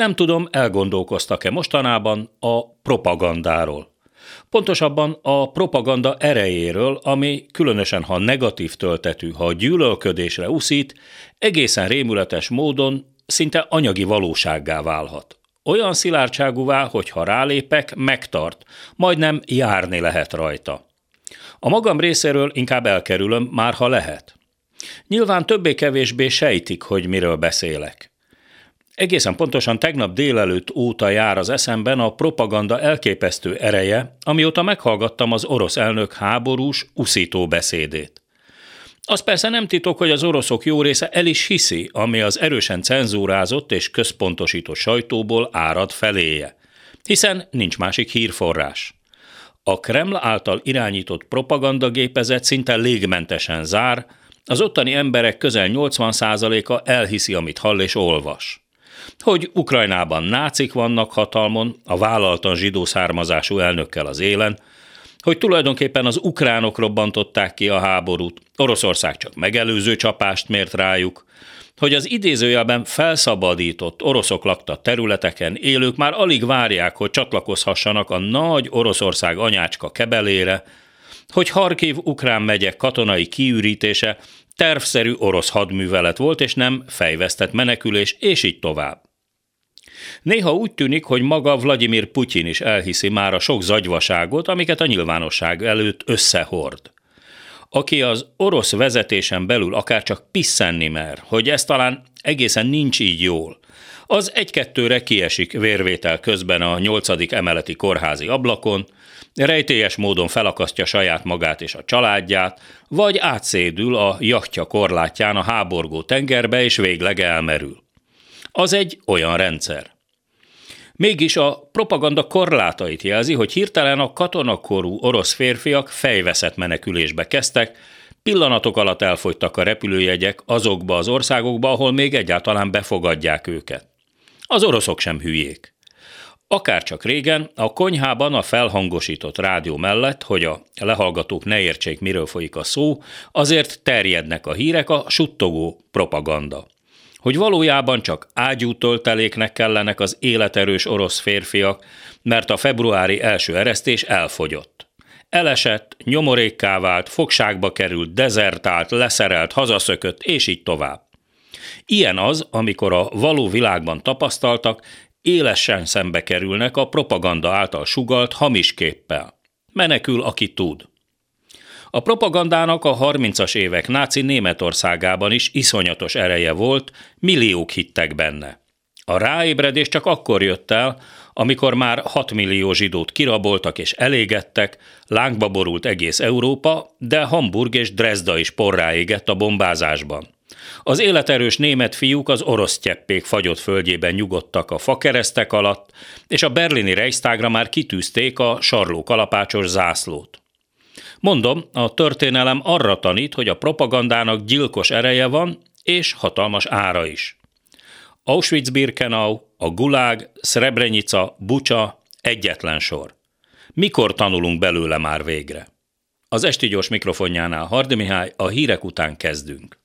Nem tudom, elgondolkoztak-e mostanában a propagandáról. Pontosabban a propaganda erejéről, ami különösen ha negatív töltetű, ha gyűlölködésre uszít, egészen rémületes módon szinte anyagi valósággá válhat. Olyan szilárdságúvá, hogy ha rálépek, megtart, majdnem járni lehet rajta. A magam részéről inkább elkerülöm, már ha lehet. Nyilván többé-kevésbé sejtik, hogy miről beszélek. Egészen pontosan tegnap délelőtt óta jár az eszemben a propaganda elképesztő ereje, amióta meghallgattam az orosz elnök háborús, uszító beszédét. Az persze nem titok, hogy az oroszok jó része el is hiszi, ami az erősen cenzúrázott és központosított sajtóból árad feléje, hiszen nincs másik hírforrás. A Kreml által irányított propagandagépezet szinte légmentesen zár, az ottani emberek közel 80%-a elhiszi, amit hall és olvas. Hogy Ukrajnában nácik vannak hatalmon, a vállaltan zsidó származású elnökkel az élen, hogy tulajdonképpen az ukránok robbantották ki a háborút, Oroszország csak megelőző csapást mért rájuk, hogy az idézőjelben felszabadított oroszok lakta területeken élők már alig várják, hogy csatlakozhassanak a nagy Oroszország anyácska kebelére, hogy Harkiv ukrán megye katonai kiürítése tervszerű orosz hadművelet volt, és nem fejvesztett menekülés, és így tovább. Néha úgy tűnik, hogy maga Vladimir Putyin is elhiszi már a sok zagyvaságot, amiket a nyilvánosság előtt összehord. Aki az orosz vezetésen belül akár csak pisszenni mer, hogy ez talán egészen nincs így jól, az egy-kettőre kiesik vérvétel közben a 8. emeleti kórházi ablakon, rejtélyes módon felakasztja saját magát és a családját, vagy átszédül a jachtja korlátján a háborgó tengerbe, és végleg elmerül. Az egy olyan rendszer. Mégis a propaganda korlátait jelzi, hogy hirtelen a katonakorú orosz férfiak fejveszett menekülésbe kezdtek, pillanatok alatt elfogytak a repülőjegyek azokba az országokba, ahol még egyáltalán befogadják őket. Az oroszok sem hülyék. Akárcsak régen a konyhában a felhangosított rádió mellett, hogy a lehallgatók ne értsék, miről folyik a szó, azért terjednek a hírek, a suttogó propaganda. Hogy valójában csak ágyútölteléknek kellenek az életerős orosz férfiak, mert a februári első eresztés elfogyott. Elesett, nyomorékká vált, fogságba került, dezertált, leszerelt, hazaszökött, és így tovább. Ilyen az, amikor a való világban tapasztaltak, élesen szembe kerülnek a propaganda által sugalt hamis képpel. Menekül, aki tud. A propagandának a 30-as évek náci Németországában is iszonyatos ereje volt, milliók hittek benne. A ráébredés csak akkor jött el, amikor már 6 millió zsidót kiraboltak és elégettek, lángba borult egész Európa, de Hamburg és Dresda is porrá égett a bombázásban. Az életerős német fiúk az orosz cseppék fagyott földjében nyugodtak a fakeresztek alatt, és a berlini Reichstagra már kitűzték a sarlókalapácsos zászlót. Mondom, a történelem arra tanít, hogy a propagandának gyilkos ereje van, és hatalmas ára is. Auschwitz-Birkenau, a Gulag, Srebrenica, Bucsa, egyetlen sor. Mikor tanulunk belőle már végre? Az Esti Gyors mikrofonjánál Hardy Mihály, a hírek után kezdünk.